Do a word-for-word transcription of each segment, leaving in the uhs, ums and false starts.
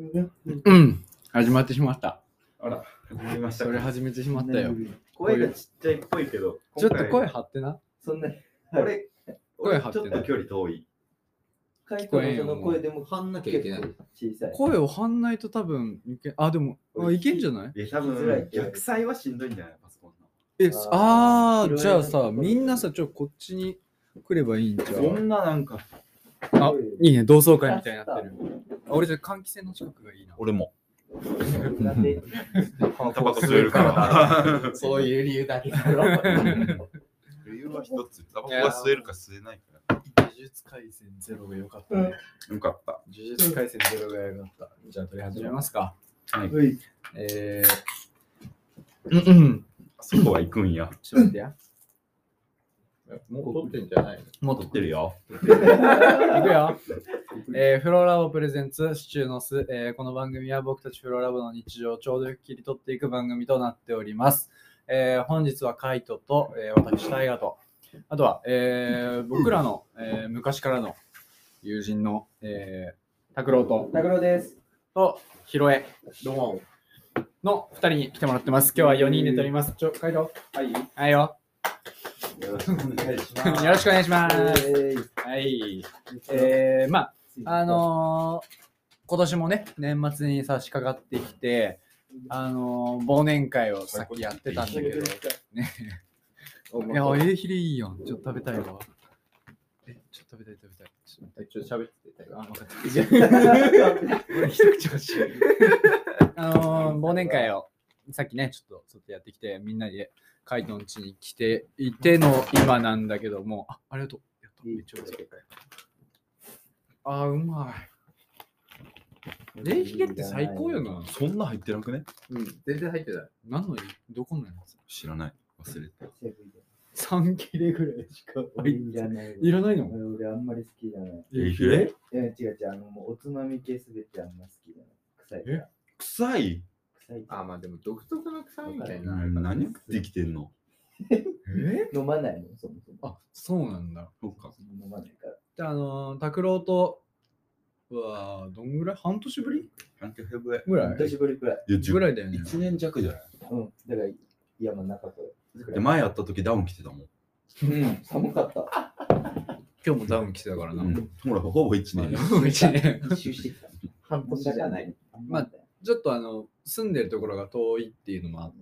うん、始まってしまった。 あら、始めました。 それ始めてしまったよ。 声がちっちゃいっぽいけど、 ちょっと声張ってな。 そんな、俺、 声張ってな。 ちょっと距離遠い。 カイトのその声でも張んなきゃいけない。小さい。 声を張んないと多分いけ、あ、でも、あいけんじゃない？ え、多分、逆サイはしんどいんじゃないパソコンの。 え、あー、じゃあさ、みんなさ、ちょっとこっちに来ればいいんじゃん。 そんななんか、 あ、いいね、同窓会みたいになってる。俺じゃ換気扇の近くがいいな。 俺も。 なんでタバコ吸えるから。 そういう理由だけだろ。 理由は一つ。タバコは吸えるか吸えないから。 呪術廻戦ゼロが良かったね。 よかった。 呪術廻戦ゼロが良かった。じゃあ、取り始めますか。 はい。 えー、うんうん。 そこは行くんや。 ちょっと待ってや。 もう撮ってんじゃないの？ もう撮ってるよ。 いくよ。えー、フローラボプレゼンツシチューノス、えー。この番組は僕たちフローラボの日常をちょうどよく切り取っていく番組となっております。えー、本日はカイトと、えー、私タイガと、あとは、えー、僕らの、えー、昔からの友人の、えー、拓郎と、 拓郎です。 と、ひろえどうも。 のふたりに来てもらってます。今日はよにんで撮ります。ちょ、カイト。 はい。 はいよ。 よろしくお願いします。 よろしくお願いします。 えー、 はい。えー、まあ、あのー、今年もね、年末に差し掛かってきて、あのー、忘年会をさっきやってたんだけど、ね。いや、えー、ひれいいやん。ちょっと食べたいわ。え、ちょっと食べたい、食べたい。ちょっとちょっと喋ってたよ。あ、分かった。俺一口欲しい。あのー、忘年会をさっきね、ちょっと外やってきて、みんなでカイトの家に来ていての今なんだけども、あ、ありがとう。やっためっちゃ美味しい。あー、うまい。冷ひげって最高よな。 そんな入ってなくね？ うん、全然入ってない。 何のどこのやつ？ 知らない。忘れた。 さん切れぐらいしかいらない。 いらないの？ 俺あんまり好きじゃない。 冷ひれ？ いや違う違う、あのもうおつまみ系すべてあんま好きじゃない。臭いから。 臭い？ 臭い。 あ、まあでも独特の臭いみたいな。 何食ってきてんの？ え飲まないのそもそも。 あ、そうなんだ。 そうか。 飲まないから。 じゃあ、あのー、拓郎とはどんぐらい？半年ぶり半年ぶりぐらい半年ぶりくらい。 ぐらいだよね。 いちねん弱じゃない？ うん。だから山の中と。 で、前会った時ダウン着てたもん。 うん、寒かった。 今日もダウン着てたからな。 うん、ほら、ほぼいちねん。 いちねん。 一周してきた。半年じゃない。 まあ、ちょっとあの、住んでるところが遠いっていうのもあって、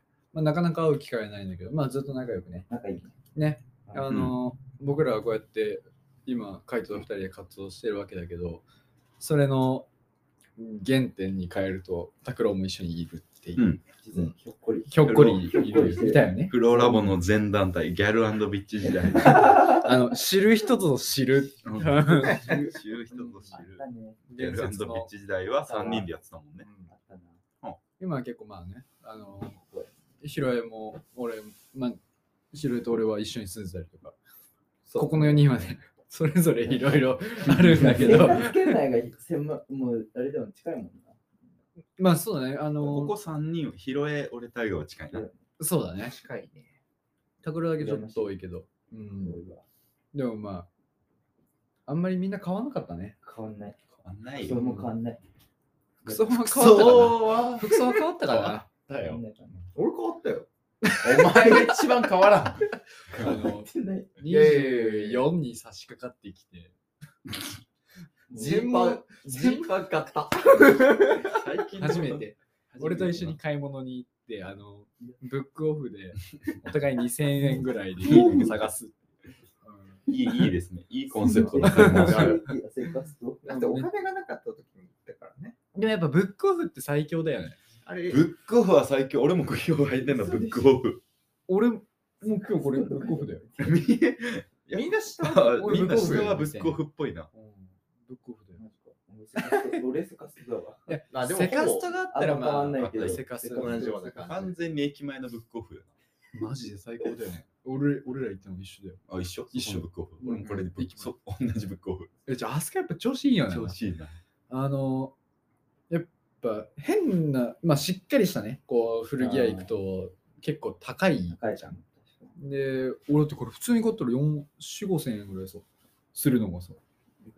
まあ、なかなか会う機会ないんだけど、まあずっと仲良くね。 仲いいね。 ね。あの、うん、僕らはこうやって今、カイトとふたりで活動してるわけだけど、それの原点に変えると、拓郎も一緒にいるっていう。うん実はひょっこり。 ひょっこりいるみたいよね。 フローラボの前団体、ギャル&ビッチ時代。 あの、知る人ぞ知る。 知る人ぞ知る。ギャル&ビッチ時代はさんにんでやってたもんね。 今は結構まあね、あの、ひろえも、俺、まあ、ひろえと俺は一緒に住んでたりとか、ここのよにんはね、それぞれいろいろあるんだけど。 生活圏内が狭もうあれでも近いもんな。 まあそうだね、あの、 ここさんにん、ひろえ、俺、タイガは近いな。 そうだね。 近いね。 拓郎だけちょっと遠いけど。うん。でもまあ、あんまりみんな変わんなかったね。 変わんない。 変わんないよ。服装も変わんない。 服装は変わったかな。服装は変わったかな。 だよ。 俺変わったよ。 お前が一番変わらん。 あの、にじゅうよんに差し掛かってきて。 全部、全部買った。 最近初めて。俺と一緒に買い物に行って、あの、ブックオフで、お互いにせんえんぐらいでいいの探す。 いい、いいですね。いいコンセプトの買い物がある。 だってお金がなかった時に行ったからね。 でもやっぱブックオフって最強だよね。 あれ、 ブックオフは最強。俺も今日入ってんの、ブックオフ。 俺も今日これブックオフだよ。 みんな下は、みんな下はブックオフっぽいな。 ブックオフだよ。 俺セカストだわ。 いや、セカストがあったらまあ、 変わんないけど、 セカスト同じような感じ。 完全に駅前のブックオフよな。マジで最高だよね。俺俺ら行ったの一緒だよ。 あ、一緒一緒ブックオフ。俺もこれでブックオフ。同じブックオフ。 え、じゃあ、あそこやっぱ調子いいよね。 調子いいな。 あの、やっぱ変な、まあしっかりしたね、こう古着屋行くと結構高いじゃん。で、俺ってこれ普通に買ったらよん、よん、ごせんえんぐらいさ、するのがさ。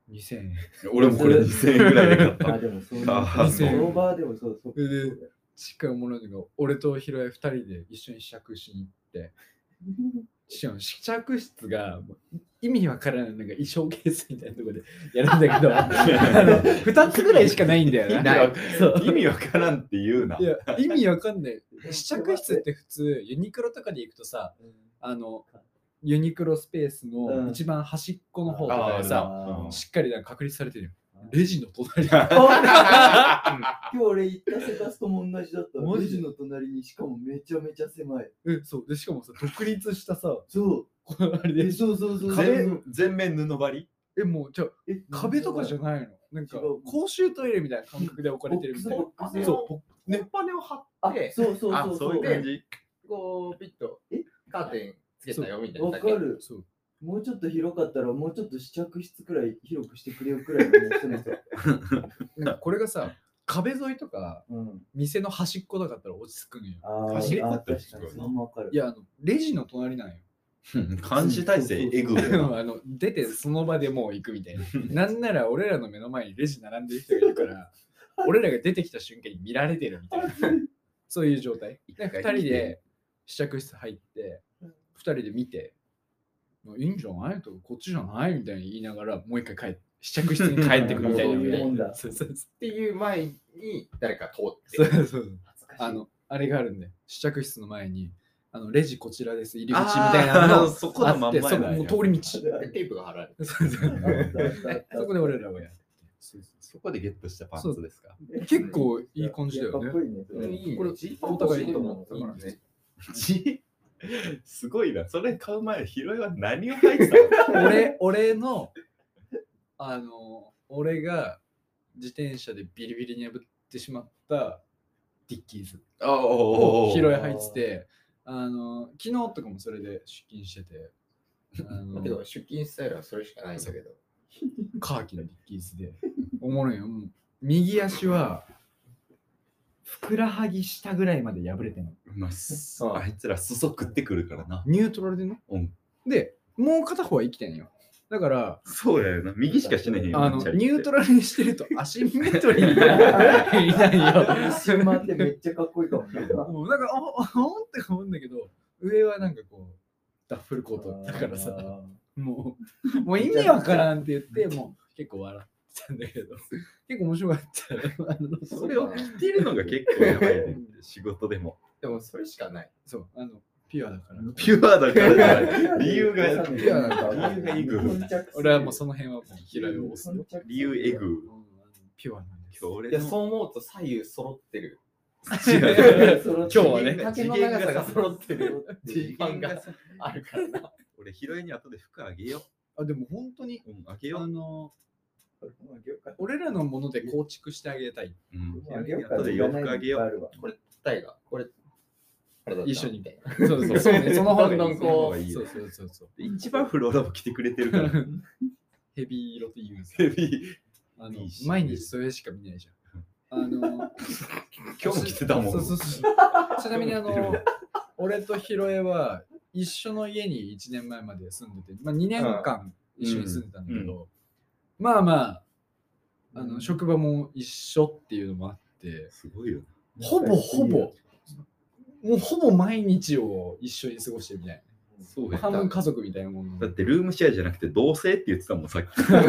にせんえん。 俺もこれにせんえんぐらいで買った。 あ、でもそういう。 あその場でもそうそう。 で、しかもおもろいのが、俺とひろえふたりで一緒に試着しに行って、しかも試着室がもう意味わからないなんか衣装ケースみたいなところでやるんだけど、あのふたつぐらいしかないんだよな。 ないそう意味わからんって言うな。 いや、意味わかんない。試着室って普通、ユニクロとかで行くとさ、あの、ユニクロスペースの一番端っこの方とかでさ、 うんしっかりなんか確立されてるよ。レジの隣に。 今日俺行ったセカストも同じだった。 マジレジの隣にしかもめちゃめちゃ狭い。 え、そう。で、しかもさ、独立したさ、 そう。 このあれえ、 で、 そうそうそう。 全全面布張りえ、もう、じゃあえ壁とかじゃないの。なんか違う、 公衆トイレみたいな感覚で置かれてるみたいな。 ボックスボックスそう、 ね、パネを貼あっ、て、 そうそうあ、 そうそういう感じ。 こう、ピッとえカーテンつけたよみたいなわだけ。 かる。 そう。 もうちょっと広かったら、もうちょっと試着室くらい広くしてくれよくらいの人のさ。 なんかこれがさ、壁沿いとか、 うん。 店の端っことかだったら落ち着くのよ。 あー走りあー、 方って確かに。それもわかる。 いや、あの、レジの隣なんよ。 監視体制えぐいよ。 あの出てその場でもう行くみたいな。なんなら俺らの目の前にレジ並んでる人がいるから、俺らが出てきた瞬間に見られてるみたいな。そういう状態。でふたりで試着室入って、ふたりで見て、いいんじゃないとか、こっちじゃないみたいに言いながら、もう一回帰って、試着室に帰ってくみたいな。 そういうもんだそうそうそうっていう前に誰か通って。 そうそうそう。 懐かしいあの、あれがあるんで、試着室の前に、あのレジこちらです、入り口みたいなのあーそこのまんまやなあって、そこもう通り道。 でテープが貼られて。 そうそうあったあったあったそこで俺らはやってて。そうそうそこでゲットしたパンツですか。 結構いい感じだよねかっこいいね。それうんいいねこれジーパンお互い欲しいと思ったからね。 じすごいな。それ買う前、ヒロイは何を履いてたの俺、俺の、あの、俺が自転車でビリビリに破ってしまったディッキーズあをお拾い入ってて、あの、昨日とかもそれで出勤してて、あのだけど出勤スタイルはそれしかないんだけど。 カーキのディッキーズで、おもろいよ。もう右足は、ふくらはぎ下ぐらいまで破れてんの。 まあすあいつら裾食ってくるからな。 ニュートラルでね。 うんで、もう片方は生きてんよ。だから、 そうやよな。右しかしねへんよな。 あのチャリってニュートラルにしてるとアシンメトリーがいないよ。 一瞬回ってめっちゃかっこいいかもね。 もうなんか、あ、あ、あって思うんだけど、上はなんかこう、ダッフルコートだからさ、もう、もう意味わからんって言って、もう結構笑ってたんだけど、結構面白かった。あのそれを着てるのが結構やばいね。仕事でも。 でもそれしかない。 そう、あの、ピュアだから。 ピュアだからじゃない理由が、 ピュアなんだ理由がイグ。 俺はもうその辺はもう平井を押すよ。 理由エグ。 うんピュアなんです。 俺いや、そう思うと左右揃ってる。 違う。 今日はね丈の長さが揃ってるジ次ーパンが元がさあるからな。 俺、ヒロイに後で服あげよあ、でも本当に、 う。うん、あげよう。 あの、俺らのもので構築してあげたい。 うん、ヒあロイに後で洋服あげよう。 これ、誰がこれ、あれだった一緒にみたいな。 そうそうそうね、その方がいい。 どんどんこうそうそうそうそう。 で一番フローラも着てくれてるから。 ヘビー色って言うんですヘビー。 あのいいし毎日それしか見ないじゃん。あの、 今日も着てたもん。 そうそうそう。ちなみにあの、俺とヒロエは一緒の家にいちねんまえまで住んでて、まあにねんかん一緒に住んでたんだけど、 うんまあまあ、あの職場も一緒っていうのもあって、 すごいよな。 ほぼほぼ、もうほぼ毎日を一緒に過ごしてるみたいな。 そうや半分家族みたいなもの。 だってルームシェアじゃなくて同棲って言ってたもん、さっき。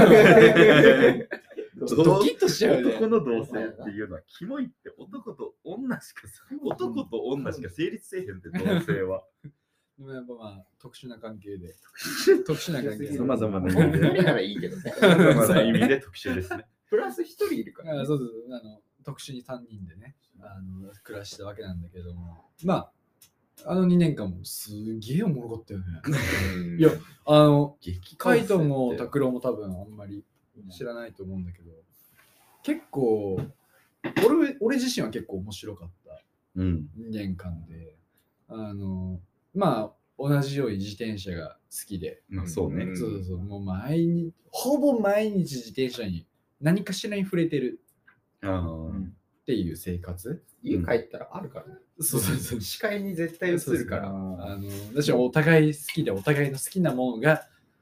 ドキッとしちゃうね。 男の同棲っていうのはキモいって、男と女しか男と女しか成立せえへんって同棲は。 でもやっぱまあ特殊な関係で。特殊な関係で。 さまざまな意二味で。 人ならいいけどね。 さまざまな意味で特殊ですね。 プラス一人いるから、ね。 あそうそうそうあの特殊にさんにんでねあの暮らしたわけなんだけども、まああのにねんかんもすげえおもろかったよね。いやあの激カイトもた拓郎も多分あんまり知らないと思うんだけど、結構俺俺自身は結構面白かったうん。 にねんかんで、あのまあ同じように自転車が好きで、 まあそうね。 うんそうそうそうもう毎日ほぼ毎日自転車に何かしらに触れてるああ。 っていう生活。 家帰ったらあるからね。 そうそうそう。 視界に絶対映るから。 あの私はお互い好きでお互いの好きなものが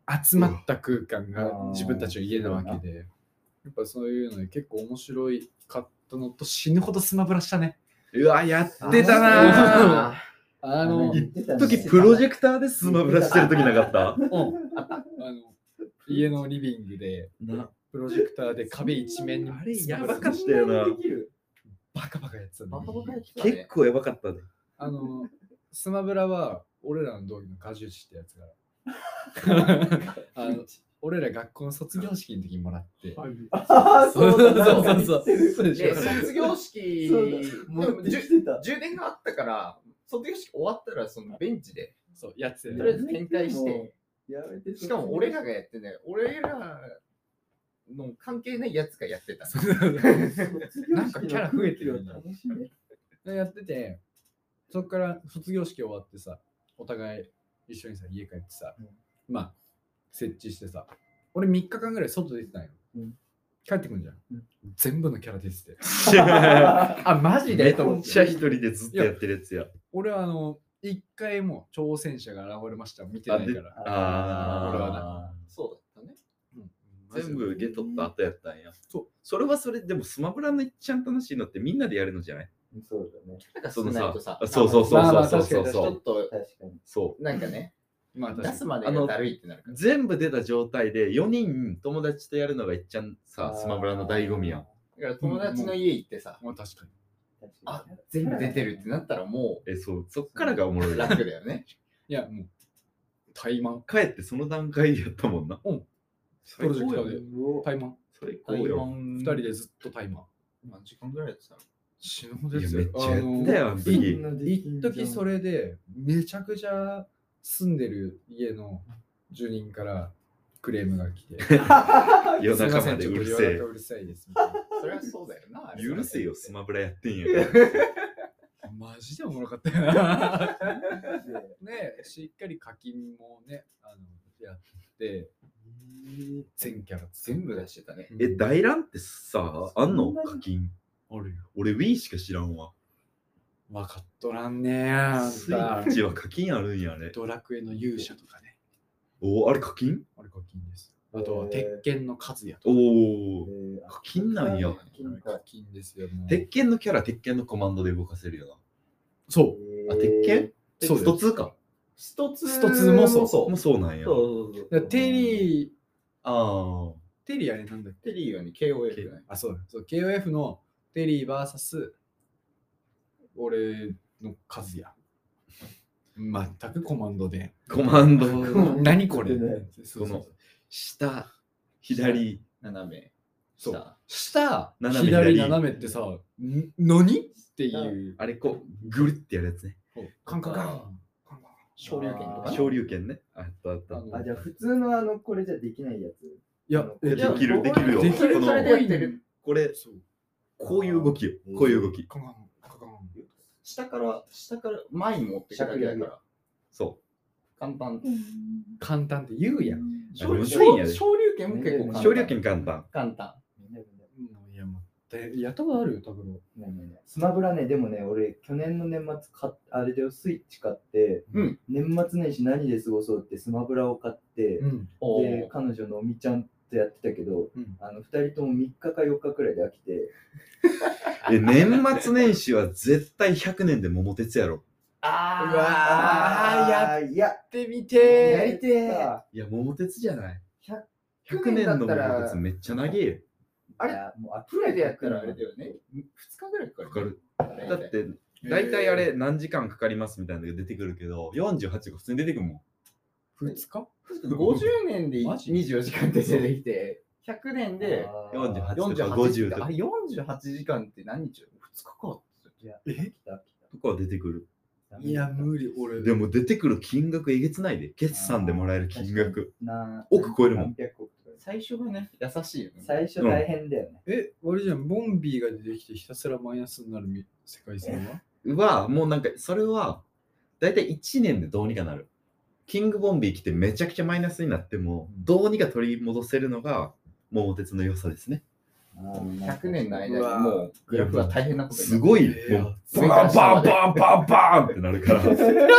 集まった空間がうん自分たちの家なわけで、やっぱそういうので結構面白いかったのと、死ぬほどスマブラしたね。 うわ、やってたなああの、 言ってたね時プロジェクターでスマブラしてる時なかったうんあの家のリビングでなプロジェクターで壁一面にあれスマブラやばかったよな。 できるバカバカやってたんだバカバカやってた結ね。 構やばかったね。 あのスマブラは俺らの同期のガジュチってやつがあの俺ら学校の卒業式の時にもらってああ、そうだそうそうそうそうでしょで、卒業式そうだでもじゅしてた。 充電があったから、卒業式終わったらそのベンチで、 そうやつやとりあえず展開して、 やめて、 しかも俺らがやってね、俺らの関係ないやつがやってた。 なんかキャラ増えてる楽しいね。 やってて、そっから卒業式終わってさ、お互い一緒にさ、家帰ってさ、 うんまあ、設置してさ、俺みっかかんぐらい外出てたんよ。 うん帰ってくんじゃん。 うん全部のキャラ出てて。 あ、 マジめっでと思ってちゃ一人でずっとやってるやつや。 俺はあの、一回も挑戦者が現れました見てないから。 あ俺はあ。 そうだったね。 うん全部ゲ取った後やったんや。 そう。 それはそれでもスマブラの一番楽しいのってみんなでやるのじゃない？ そうだね。 なんかそのさないとさ、 そうそうそうまあまそうあ確かにそうそうちょっと確かに。 そう。 なんかね、 まあ確かに出すまでがだるいってなるから。 全部出た状態でよにん友達とやるのが一番さ、 あースマブラの醍醐味やん。 だから友達の家行ってさ、 まあ確かに。 あ、全部出てるってなったらもえ、そう、そっからがおもろうい。 楽だよね。 いや、もう、怠慢。 帰ってその段階やったもんな。 うん。プ最ロジェクタ高やーでうお怠慢。 最高よ。 二人でずっと怠慢。 何時間ぐらいやってたの？ 死ぬほどいや、 ですよめっちゃやったよ、あの時。 一時それでめちゃくちゃ住んでる家の住人からクレームが来て夜中までうるせえすいませんちょっと夜中うるさいですみたいなそれはそうだよな。あれ許せよ、スマブラやってんやから。 マジでおもろかったよなねしっかり課金もねあのやって全キャラ全部出してたね。 え、大乱ってさ、あんのそんなに課金。 あるよ俺 Wii しか知らんわ。 分かっとらんねあんスイたッチは課金あるんやね。 ドラクエの勇者とかねおー、あれ課金あれ課金ですあとは鉄拳の数やとおかー。課金なんや。 課金ですよもう鉄拳のキャラ、鉄拳のコマンドで動かせるよそうな。あ、鉄拳そうストツーか。 ストツストツーもそうそもうそうなんや。 そうそうだからテリーああ。 テリーあれなんだっけテリーより ケーオーエフ ね。 あ、そうだ。そう ケーオーエフ のテリー ブイエス 俺の数や。全くコマンドで。 コマンド。 何これねそうそう下、左。 斜め。 そう下。 下、 斜め左、 左斜めってさ、ん何っていう。 あれ、こう、ぐるってやるやつね。 カンカンカン。 昇竜拳とかね。 昇竜拳ね。あったあった。 あのあ、じゃあ普通のあの、これじゃできないやつ。 いや、えできる、できるよ。 できるこのそれでやってる。 これ、 そう。 こういう動きよ。こういう動き。 カンカンカンカン。 下から、下から前に持ってくだけだから。 そ簡単。 簡単って言うやん。 あむ昇竜ずいんやで昇竜拳も結構う。 簡単。 昇竜拳簡単。 簡単。 もういや、もう、でやったことあるよ、多分。 ねえねえねえスマブラね、でもね、俺、去年の年末買っ、あれでスイッチ買って、 うん年末年始何で過ごそうってスマブラを買って、 うん。 おで、 ー彼女のおみちゃんとやってたけど、 うんあのふたりともみっかかよっかくらいで飽きて、 え、年末年始は絶対ひゃくねんで桃鉄やろ。 あうわーやーいや、 ってみやてりてー。 いや、桃鉄じゃない。 ひゃくひゃくねんの桃鉄めっちゃ長えよ。 あれいやもうプレイでやったらあれだよね。ふつかぐらいかかる。 かかる。 大体。 だって、大体あれ何時間かかりますみたいなのが出てくるけど、よんじゅうはちが普通に出てくるもん。 ふつかごじゅうねんでマジにじゅうよじかんって出てきて、ひゃくねんであーよんじゅうはちとかよんじゅうはちごじゅうとか時間あれよんじゅうはちじかんって何日ふつかか。 いや、 え来た来とかは出てくる。 た。 いや、無理、俺。 でも出てくる金額えげつないで。決算でもらえる金額。 な億超えるもん何百億とか最初がね、優しいよね。 最初大変だよね。 え、あれじゃん、ボンビーが出てきてひたすらマイナスになるみ世界線はは、もうなんか、それは、だいたいいちねんでどうにかなる。キングボンビー来てめちゃくちゃマイナスになっても、どうにか取り戻せるのが、桃鉄の良さですね。 ひゃくねんの間にもうグラフは大変なことになる。 すごい、 いやもう、バンバンバンバンバンってなるから。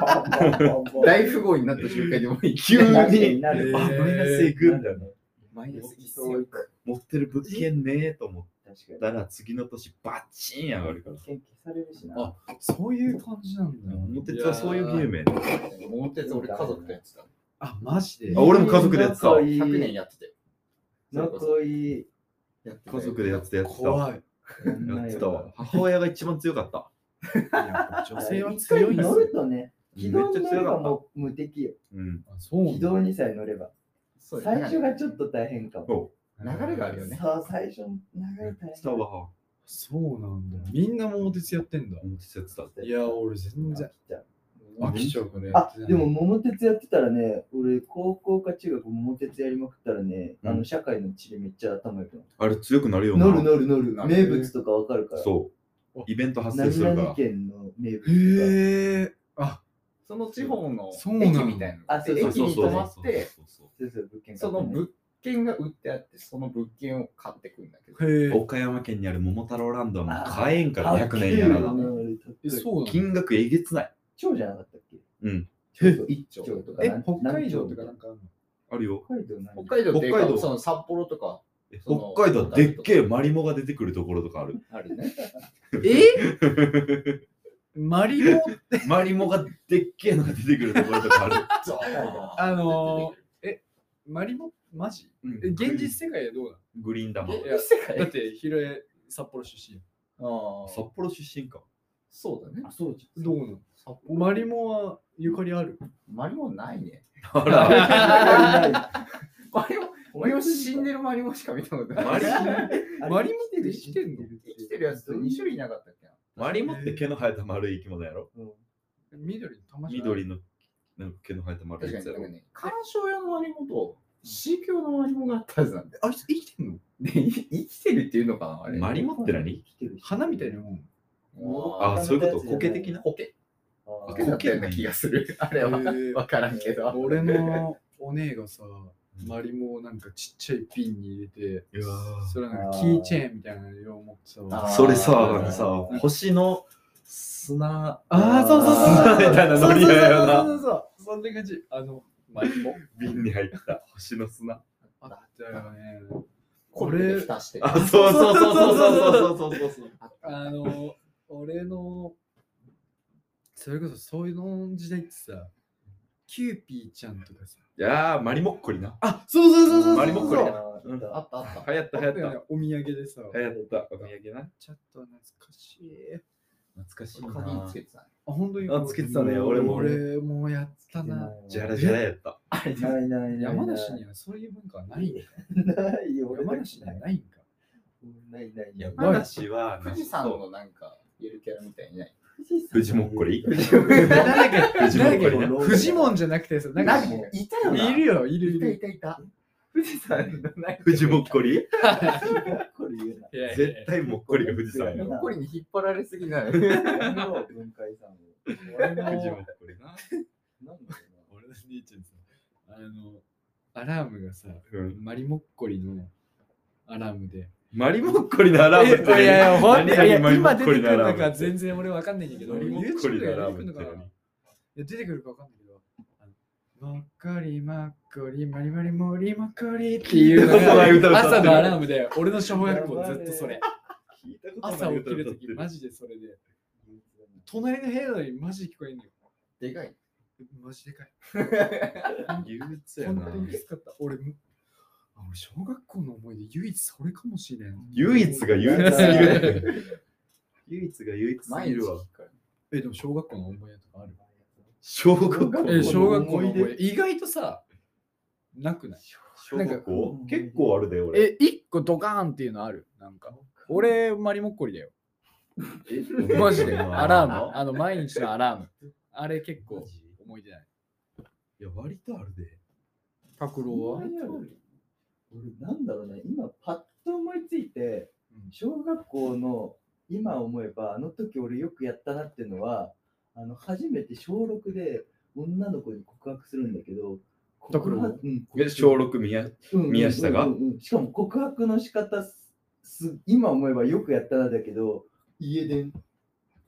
大富豪になった瞬間にもうい急なるに、 なるあ、マイナスいくみたいな。 マイナスいっせそうんいうこ持ってる物件ねーと思っと確かに。 たら、次の年バッチン上がるから。 物件消されるしな。 あ、そういう感じなんだ。 桃鉄はそういうゲームやね。 桃鉄俺家族とやってた。 あ、マジであ、俺も家族でやってた。 仲いいひゃくねんやってて。 仲いい。 やって家族でやってたやってた。 怖い。 やってたわ。母親が一番強かった。 女性は一回乗強いんですよ。 るとね、 めっ軌道に乗れちゃ強かっばもう無敵よ。 た。うん。 あ、そうなんだ。 軌道にさえ乗れば。 そう最初がちょっと大変かも。 そ流れがあるよね。 さあ、最初の流れう。 大変。 スターバそうなんだ。みんな桃鉄やってんだ。 ー。桃鉄やってた。 いや、俺全然。 飽飽きちゃうからやあってない。 でも桃鉄やってたらね、俺高校か中学桃鉄やりまくったらね、 うんあの社会の地でめっちゃ頭良くなる。 あれ強くなるよな。 乗る乗る乗る。 なる名物とかわかるから。 そう。イベント発生何するから 々。県の名物とか。 へえ。あ、 その地方のそうなんだ駅みたいなの。 あそうで駅に泊まっそうて、 そうそうそうそう物件その物件が売ってあって、その物件を買ってくんだけど。 へえ。 岡山県にある桃太郎ランドはもうあ買えんからひゃくねんやらな。 え、そうなんだ。 金額えげつない。 超じゃなかったっけ？ うん。 そうそう一丁とか。 え、 なん北海道とかなんかあるの？ あるよ。 北海道何北海道っていうか北海道その札幌とかその北海道はでっけえマリモが出てくるところとかある。 あるね。 えマリモマリモがでっけえのが出てくるところとかある。 あのー、え、マリモマジうんえ、現実世界はどうなグリーン玉。 のいやだって、ひろえ、札幌出身。 ああ、 札幌出身か。 そうだね。 あ、そうじどうなの札幌マリモはゆかりあるマリモないね。 あら。 ゃマリモ、マリモ死んでるマリモしか見たことない。 マリモマリモって生きてんの生きてるやつとに種類いなかったっけな。 マリモって毛の生えた丸い生き物やろ。 緑の玉緑のなんか毛の生えた丸い確かに、 やつやろ。 ね、観賞用のマリモと飼育用のマリモがあったはずなんだよ。 あいつ生きてんので、い生きてるっていうのかなあれ。 マリモって何？ 花みたいなもん。 ああ、そういうこと。苔的な。 苔。 あ苔だったような気がする。あれはへーわからんけど。 俺のお姉がさ、マリモをなんかちっちゃい瓶に入れて、 いやそれはなんかキーチェーンみたいなのを持ってたわ。 あーそれさ、 あーあのさ、星の砂。 あーそうそうそう砂みたいなノリやよな。 そうそうそうそう。そんな感じ。あの、マリモ。 瓶に入った星の砂。 あったよね。 これで蓋して。 あ、そうそうそうそうそうそうそうそうそう。 あの、俺の、それこそそういうの時代ってさ、キューピーちゃんとかさ。 いやー、マリモッコリな。 あ、そうそうそうそうそう。 マリモッコリあだーあったあった。 流行った流行った。 お土産でさ。 流行った。お土産な。 ちょっと懐かしい。 懐かしい鍵なつ。けてたね。 あ、本当にあつけてたね俺も俺もやったな。 ジャラジャラやった。 ないないない。 山梨にはそういう文化はないんだ。 ないよ。俺山梨にはないんか。 ないない。 山梨は、 富士山のなんか、ゆるキャラみたいにない。 富士もっこりなんだっけフジモンこれなフジモンじゃなくてさ、なんかなんかいたよな。 いるよ、いるいいたる。 いたいた。富士山のなんか富士もっこりこれ言うな。 いやいやいや絶対もっこりが富士山やろ。 もっこりに引っ張られすぎない。 やめろ文化遺産を。 俺富士ものっこりな。 なんだろ俺の兄ちゃんさ、あの、アラームがさ、 うんマリモッコリのアラームで。 マリモッコリのアラームってえいやいや、ほんと何いや 々マリモ今出てくッコリのアるのかラームって全然俺わかんないんだけど、 マリモッコリ YouTube のアラーで出てくるのかな。いムって何や、出てくるかわかんないけど、あのもっこりまっこり、マリマリモリもっこりっていうの聞いたことない歌が歌ってる朝のアラームで、俺の小学校ずっとそれ。 聞いたこと朝ない起きるとき歌歌ってるマジでそれで。隣の部屋なのにマジで聞こえんのよ。 でかい。 マジでかい。 憂鬱やな本当。にきつかった。俺、あ俺小学校の思い出唯一それかもしれん。 唯一が唯一すぎる。唯一が唯一す毎日ぎるわ。 え、でも小学校の思い出とかある小学校え、小学校の思い思い出出意外とさ、なくない小学校なんか結構あるで俺。 え、一個ドカーンっていうのあるなんか。俺、マリモッコリだよ。 えマジで。アラーム。あの、毎日のアラーム。あれ結構マジ思い出ない。 いや、割とあるで。 拓郎は俺なんだろうね、今パッと思いついて、 うん小学校の今思えば、あの時俺よくやったなっていうのは、あの初めて小ろくで女の子に告白するんだけど、告拓郎白うんえ小ろく宮うん宮下がうんうんうんしかも告白の仕方すす今思えばよくやったなだけど、家電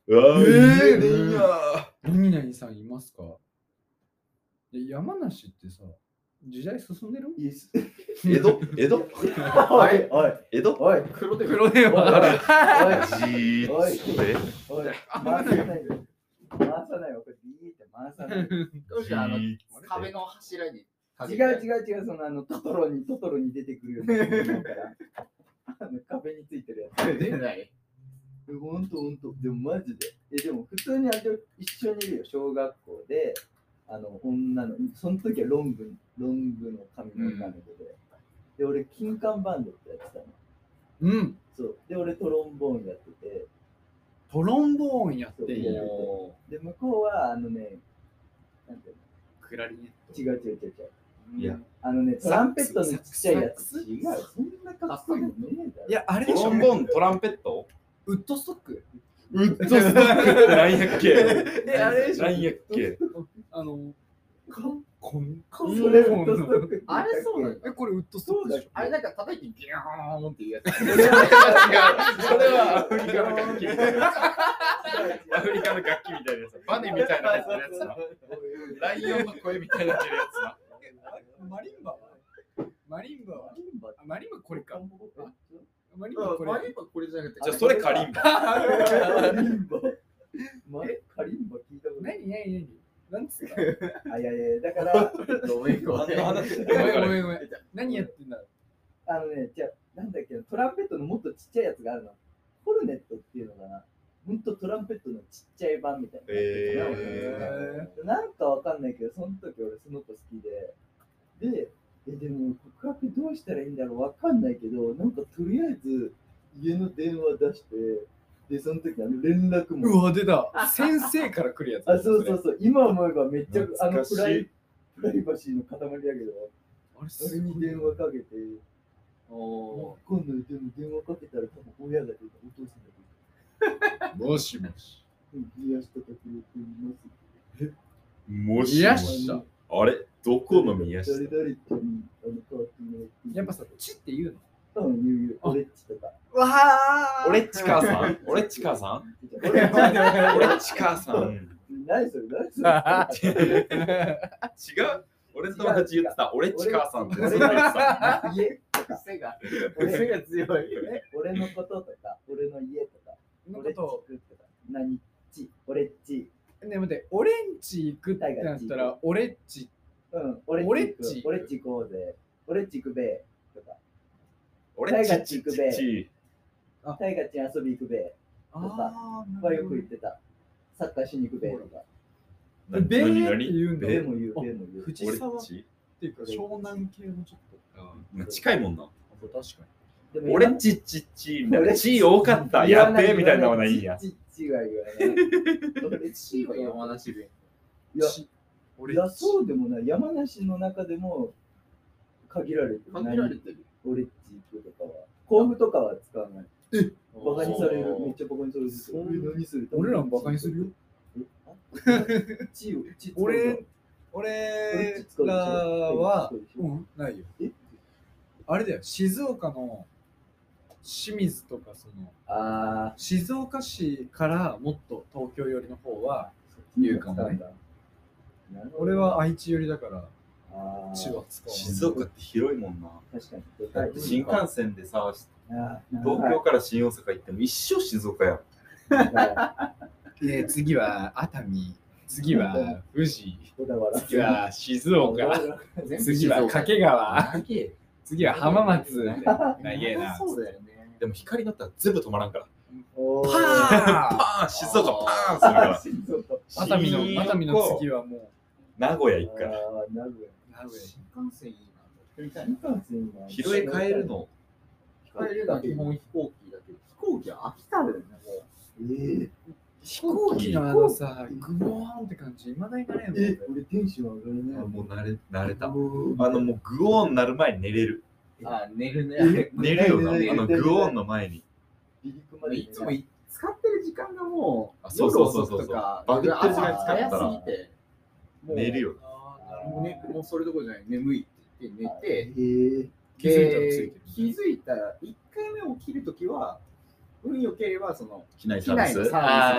うわー、 えー言えねえや何々さんいますか？え山梨ってさ、時代進んでる？ いいっす。 江戸江戸おい、おい、 江戸おい、 黒で黒電おい、 話。 じーおいえおい、回さないよ。回さないよ。これビーって回さないよ。 どうしてあのじー壁の柱に違う違う違う、そのあのトトロにトトロに出てくるようなものだから。あの壁についてるやつ。 出ない。 ほんとほんと。でもマジで。え、でも普通にあれ一緒にいるよ。小学校で、あの女の、その時はロング、ロングの髪の女の子で。で、俺、金管バンドってやってたの。 うん。 そう。で、俺トロンボーンやってて。 トロンボーンやっていいそうよ。 で、向こうは、あのね、なんていうクラリネット。 の違う違う違う違う。 いや、 あのね、トランペットのちっちゃいやつ。 サックス違う、そんなかっこいいのねえだろ。 いや、あれトでしょ。 ロンボーン、トランペットウッドストック。 うっとなんやっけえ、あれでしょ。 なんやっけあの、かこんかそれウッドストックって言ったっけあれそうなのえ、これウッドストックでしょ。 あれなんか叩いてギャーンっていうやつ。 それはアフリカの楽器。アフリカの楽器みたいなやつ。バネみたいな入ってるやつな。ライオンの声みたいになってるやつな。 マリンバはマリンバはあマリンバこれか。 あマリンバこれ。 マリンバこれじゃなくて。 じゃあそれカリンバ。 カリンバ。まえ、カリンバ聞いたことない。 何何何なんつったあ、いやいや、だから、 ごめんごめん。 ごめんごめんごめん。何やってんだあのね、じゃあ、なんだっけ、トランペットのもっとちっちゃいやつがあるの。コルネットっていうのかな。ほんとトランペットのちっちゃい版みたいな。 えー、なんかわかんないけど、その時俺その子好きで。で、えでも告白どうしたらいいんだろうわかんないけど、なんかとりあえず家の電話出して、で、その時あの連絡も。 うわ、出た。先生から来るやつ。 あ、そうそうそう。今思えばめっちゃあの懐かしいプライプライバシーの塊だけど、 あれそれに電話かけて、 お今度でも電話かけたら多分親が出た、お父さんが出た。 もしもし。 癒した時よくいます。 もしもいらっしゃ。 あれどこの宮下誰々ちゃんにあの変わってもらって。 やっぱさ、チって言うのうん、言う言う。 あ俺っちとか。 わあ俺っち母さん俺っち母さん俺俺っち母さん何それ何それ違う俺の友達言ってた俺っち母さんって俺ずっと言ってた家癖が俺癖が強い。 え俺のこととか、俺の家とか、俺っちのこと行くとか、何っち、俺っち、 ね、待って、俺んち行くってなったら、俺っち。 うん、俺俺っっちち行く、俺っち行こうぜ、俺っち行くべとか、 俺っちちちちタイガちゃん遊び行くべあはよく言ってた。サッカーしに行くべとか。 ベーって言うんだでべも言う、 あでも言う。 俺藤沢っっちていうか、湘南系のちょっうん近いもんなと。確かでも俺っちちちみたいなち多かったやべえみたいなのがいいやちっちは言わない。俺っちチーはは山梨弁。 いや、 ち。 いや、そうでもない。山梨の中でも限られてる。 限られてる。 俺っち行くとかは。甲府とかは使わない。 えバカにされる。めっちゃバカにされる。 そうえ何する俺らもバカにするよ。 えあちを、ち使う俺、俺らは、うん、ないよ。 えあれだよ、静岡の清水とか、その、 あ静岡市からもっと東京寄りの方は、 ー、 言うかもね。 なるほど俺は愛知寄りだから、 あー千葉使う。 静岡って広いもんな確かに。 だって新幹線でさあー東京から新大阪行っても一生静岡やんで、次は熱海、次は富士、 小田原次は静岡、 全部次は掛川、 長え次は浜松。長えな。 そうだよね。 でも光乗ったら全部止まらんからおーパーンパーン静岡パーンするから静岡熱海の、 新熱海の次はもう、 名古屋行くからあー名古屋名古屋新幹線いいな。 新幹線今広い帰るの帰るのは基本飛行機だけど、飛行機は飽きたるよね、もう。 え飛行機のあのさ、グボーンって感じ、いまだになれんもん。 ー、え俺テンション上がるねあもう慣れ慣れたあもうのもうグオーンなる前に寝れるあ、寝るね。 え寝るよなあ寝るのグオーンの前に離陸までいつもい使ってる時間がもう、 あそうそうそうそう夜遅くとかバグってる時間に使ったら朝早すぎて、もう寝るよあーなるほどね、もうそれどころじゃない、眠いって言って寝て、 えー、 気づいたらついてるで気づいたら、いっかいめ起きるときは、運良ければ、その、 機内機サービス内のサービスあ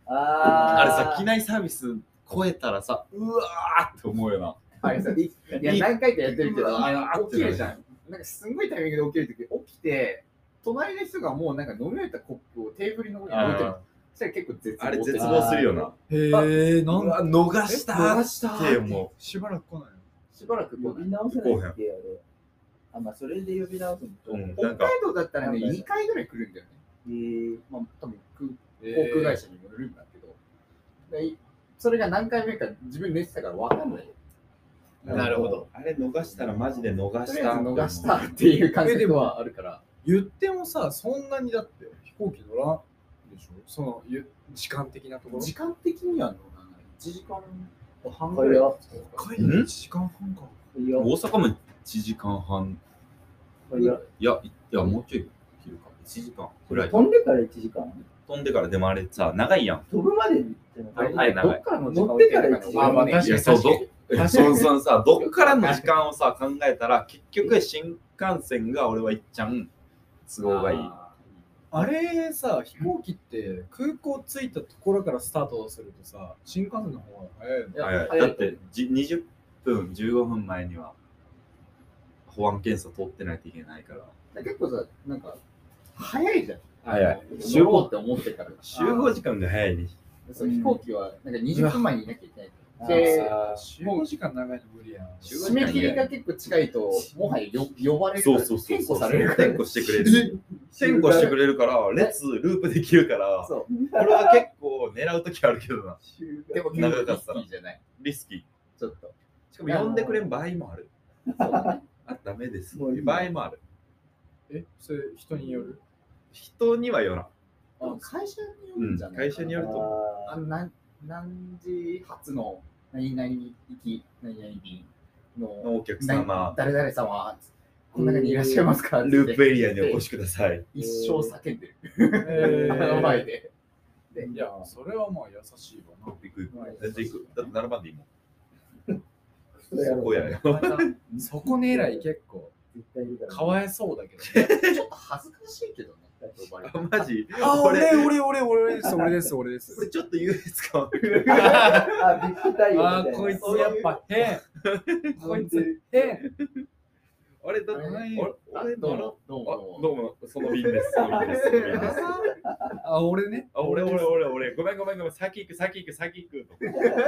ああれさ、機内サービス超えたらさ、うわーって思うよな。 あれさ、いや、何回かやってるけど、 うわあの起きるじゃーん。なんかすんごいタイミングで起きるとき、起きて、隣の人がもうなんか飲み終えたコップをテーブルの上に置いてる。そしたら結構絶望あれ絶って望するよな。 へえ、なうんわ、 で逃した逃したーって思しばらく来ないのしばらく呼こうび直せないっけあれ。あ、まあそれで呼び直すのと。 う。うん、 北なんか、 海道だったらね、 なんかにかいぐらい来るんだよね。 えー、 まあ、多分空え航空会社にもよるんだけど、でそれが何回目か自分寝てたから分かんない。 なるほど。 あれ逃したらマジで逃した。 とりあえず逃したっていう感覚はあるから。 言ってもさ、そんなにだって飛行機乗らんでしょそのゆ時間的なところ。 時間的には乗らない。いちじかん半これよ。 北海道いちじかんはんか。 いいよ。 大阪もいちじかんはん。 これよ。 いや、いや、もうちょい切るか。いちじかんぐらい。 飛んでからいちじかん飛んでからでもあれさ、長いやん。 飛ぶまでにってのはいはいどっからの時間乗ってからいちじかんあまあ確かにいや、そう、ど確かにそうそうさ、どっからの時間をさ、考えたら、結局新幹線が俺はいっちゃん都合がいい。 あれさ、飛行機って空港着いたところからスタートするとさ、新幹線の方が早いよね。 いやはい早いだってじにじゅっぷん、じゅうごふんまえには保安検査通ってないといけないから。 結構さ、なんか、早いじゃん。 早い。 集合って思ってから。 集合時間が早いね。 そう飛行機はなんかにじゅっぷんまえにいなきゃいけない。 あで、 さあ、集合時間長いの無理やん。 締め切りが結構近いと、もはやよ呼ばれるから、 そうそうそう。 点呼されるから。 点呼してくれる。点呼してくれるから、列ループできるから、 そう。 俺は結構狙うときあるけどな。 でも長かったらリスキーじゃない。 リスキー。 ちょっと。 しかも呼んでくれん場合もある。 そうだね。 あ、ダメです。 もういい場合もある。 え、それ人による人にはよらん。 でも会社にようんるんじゃない会社によると思あの何何時発の何々行き何々便ののお客様、 誰々様この中にいらっしゃいますかってループエリアにお越しください。 一生叫んでる。 えあの前で。でいや、それはまあ優しいわな。 行く行く。全然行く。だってななばんでいいもん。 そうやろそこやよ。 そこ狙い結構絶対いるからかわいそうだけどね。 ちょっと恥ずかしいけどね。呼ばれてあ、マジあ、 俺俺、俺、俺、俺です、俺です、俺です。 これちょっと優越感ある。 あ、ビッグタイあー、 ムみたいな。 こいつやっぱ変。こいつ変。 あれだって、 あれ俺、俺どうならも、どうもあどうも。 どうも、その便です。その便です。その便ですあ、俺ね。 あ、俺、俺、俺、俺、ごめん、ごめん、ごめん、先行く、先行く、先行く。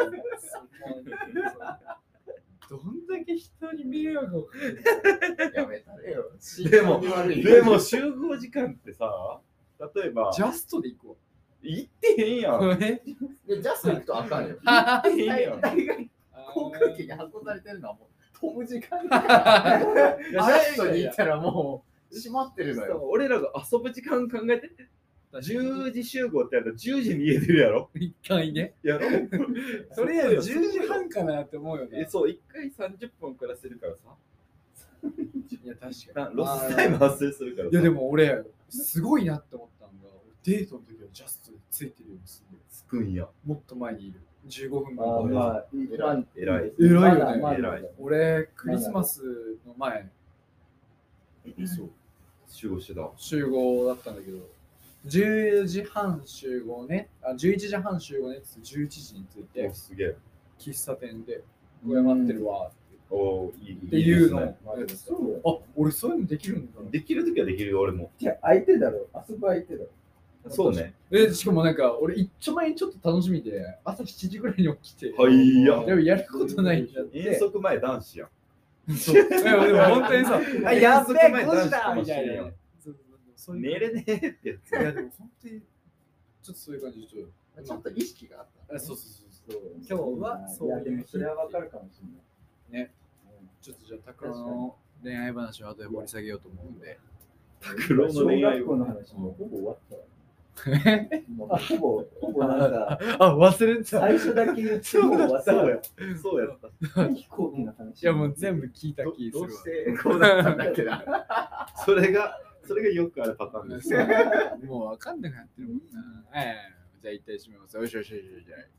どんだけ人に迷惑をかけるやめたれよ。 でも心臓に悪いでも、集合時間ってさ、例えば、 ジャストで行こ行ってへんやん。 う。えで、ジャスト行くとあかんよ。 行ってへんやん。 大概航空機に運ばれてるのはもう飛ぶ時間だ。ジャストに行ったらもう閉まってるのよ。 俺らが遊ぶ時間考えて、じゅうじ集合ってやったらじゅうじに家出るやろ。 一回ね。 やろとりあえずじゅうじはんかなって思うよえ、 ね。 そう、いっかいさんじゅっぷん暮らせるからさ。 いや、確かなロスタイム発生するからに。 さ。 いや、でも俺、すごいなって思ったのが、デートの時はジャストでついてるようにする。 つくんや。 もっと前にいる。じゅうごふんあー前まあ、いいまあ偉い偉いよねまだまだ偉い俺、クリスマスの前、 そう。集合してた。 集合だったんだけど、じゅうじはん集合ね、あじゅういちじはん集合ねってじゅういちじに着いてお、、すげえ。 喫茶店で、これ待ってるわおおいい。 っていうのをいいですねまあでもそうよあ、俺そういうのできるんだ。 できるときはできるよ、俺も。 じゃあ相手だろ、遊ぶ相手だろ。 そうね。 え、しかもなんか、俺一丁前にちょっと楽しみで、朝しちじぐらいに起きて、 はいや。 でもやることないんだって。 遠足前男子やん。 そう。いやでも本当にさ、あ、やっべえ、ごじだみたいな。そうそうそういう寝れねえってやつ。 いや、でも本当に、ちょっとそういう感じで、ちょっと。 ちょっと意識があった。 あそうそうそうそう。今日はそういや、でいうもそれはわかるかもしれない。 ね。ちょっとじゃあ、拓郎の恋愛話を後で掘り下げようと思うんで。 拓郎の恋愛小学校の話もほぼ終わったわ。 えもうほぼ、ほぼなんか、 あ、忘れてた。 最初だけ言ってもう終わったわ。 そうやった。 飛行機の話。 いや、もう全部聞いたど気するわどう。してこうだったんだっけな。 それが、それがよくあるパターンです。 もう分かんなくなってるもんな。はい。じゃあ一体締めます。よしよしよしよし。